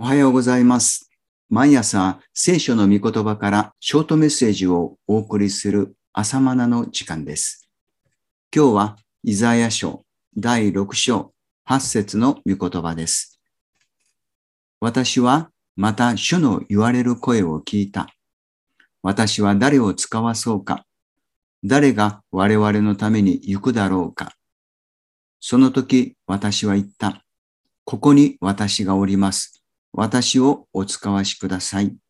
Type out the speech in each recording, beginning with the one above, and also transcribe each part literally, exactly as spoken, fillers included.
おはようございます。毎朝、聖書の御言葉からショートメッセージをお送りする朝マナの時間です。今日は、イザヤ書だいろく章はち節の御言葉です。私はまた主の言われる声を聞いた。私は誰を使わそうか。誰が我々のために行くだろうか。その時、私は言った。ここに私がおります。私をお使わしください。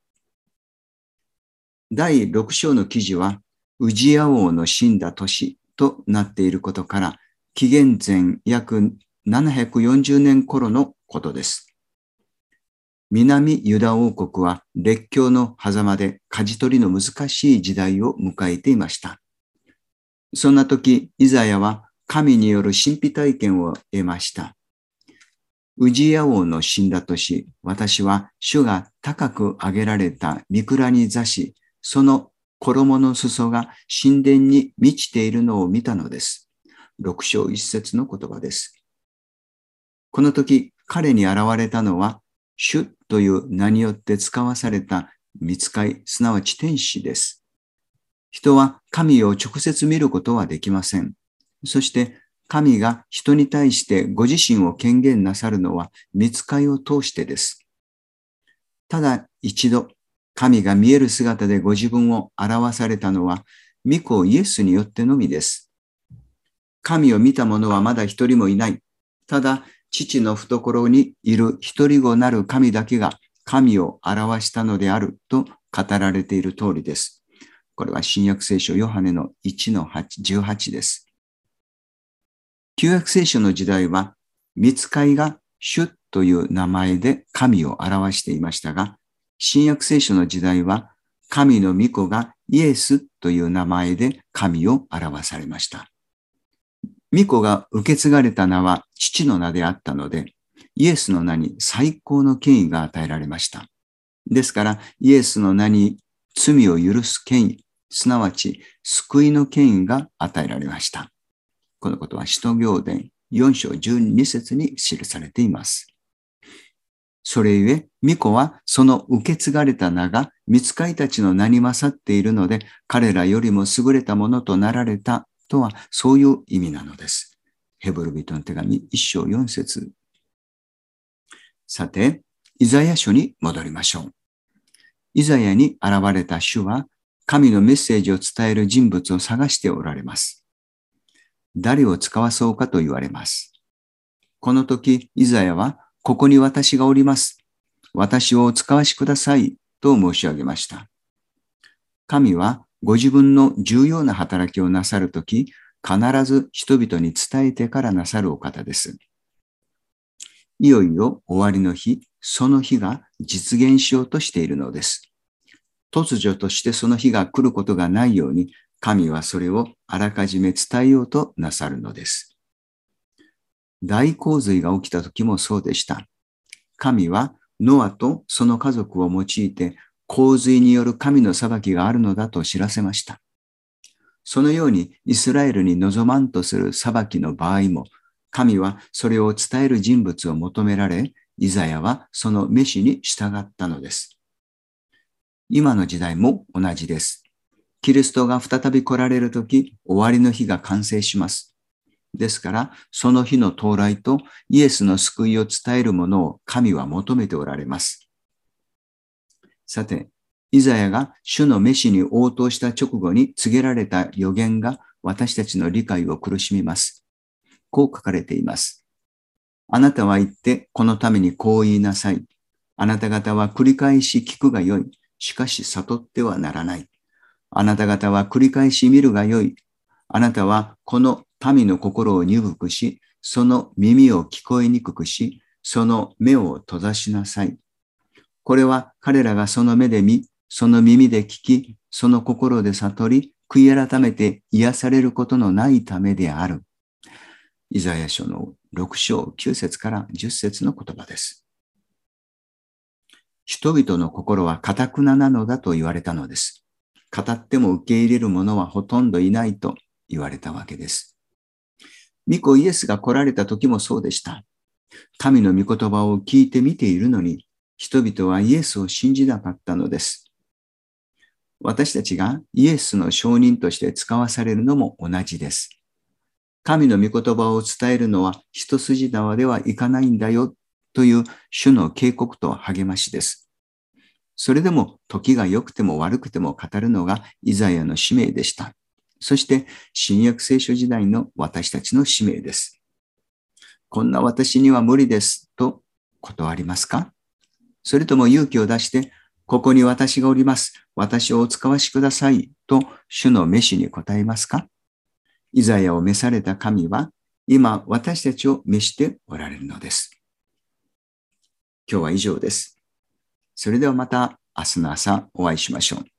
だいろく章の記事は、ウジヤ王の死んだ年となっていることから、紀元前約ななひゃくよんじゅうねん頃のことです。南ユダ王国は列強の狭間で舵取りの難しい時代を迎えていました。そんな時、イザヤは神による神秘体験を得ました。ウジヤ王の死んだ年、私は主が高く上げられた御蔵に座し、その衣の裾が神殿に満ちているのを見たのです。ろく章いち節の言葉です。この時、彼に現れたのは、主という名によって使わされた御使い、すなわち天使です。人は神を直接見ることはできません。そして、神が人に対してご自身を権限なさるのは御使いを通してです。ただ一度、神が見える姿でご自分を表されたのは、御子イエスによってのみです。神を見た者はまだ一人もいない。ただ、父の懐にいる一人子なる神だけが神を表したのであると語られている通りです。これは新約聖書ヨハネのいちのじゅうはちです。旧約聖書の時代は、御使いが主という名前で神を表していましたが、新約聖書の時代は、神の御子がイエスという名前で神を表されました。御子が受け継がれた名は父の名であったので、イエスの名に最高の権威が与えられました。ですから、イエスの名に罪を許す権威、すなわち救いの権威が与えられました。このことは使徒行伝よん章じゅうに節に記されています。それゆえ、御子はその受け継がれた名が御使いたちの名に勝っているので、彼らよりも優れたものとなられたとはそういう意味なのです。ヘブル人の手紙いち章よん節。さて、イザヤ書に戻りましょう。イザヤに現れた主は、神のメッセージを伝える人物を探しておられます。誰を使わそうかと言われます。この時、イザヤは、ここに私がおります。私をお使わしください、と申し上げました。神は、ご自分の重要な働きをなさるとき、必ず人々に伝えてからなさるお方です。いよいよ終わりの日、その日が実現しようとしているのです。突如としてその日が来ることがないように、神はそれをあらかじめ伝えようとなさるのです。大洪水が起きた時もそうでした。神はノアとその家族を用いて洪水による神の裁きがあるのだと知らせました。そのようにイスラエルに望まんとする裁きの場合も、神はそれを伝える人物を求められ、イザヤはその召しに従ったのです。今の時代も同じです。キリストが再び来られるとき、終わりの日が完成します。ですから、その日の到来とイエスの救いを伝えるものを神は求めておられます。さて、イザヤが主の召しに応答した直後に告げられた予言が私たちの理解を苦しみます。こう書かれています。あなたは言って、このためにこう言いなさい。あなた方は繰り返し聞くがよい。しかし悟ってはならない。あなた方は繰り返し見るがよい。あなたはこの民の心を鈍くし、その耳を聞こえにくくし、その目を閉ざしなさい。これは彼らがその目で見、その耳で聞き、その心で悟り、悔い改めて癒されることのないためである。イザヤ書のろく章きゅう節からじゅっ節の言葉です。人々の心は堅くななのだと言われたのです。語っても受け入れる者はほとんどいないと言われたわけです。御子イエスが来られた時もそうでした。神の御言葉を聞いて見ているのに、 人々はイエスを信じなかったのです。私たちがイエスの証人として使わされるのも同じです。神の御言葉を伝えるのは一筋縄ではいかないんだよという主の警告と励ましです。それでも時が良くても悪くても語るのがイザヤの使命でした。そして新約聖書時代の私たちの使命です。こんな私には無理ですと断りますか？それとも勇気を出して、ここに私がおります。私をお使わしくださいと主の召しに応えますか？イザヤを召された神は今私たちを召しておられるのです。今日は以上です。それではまた明日の朝お会いしましょう。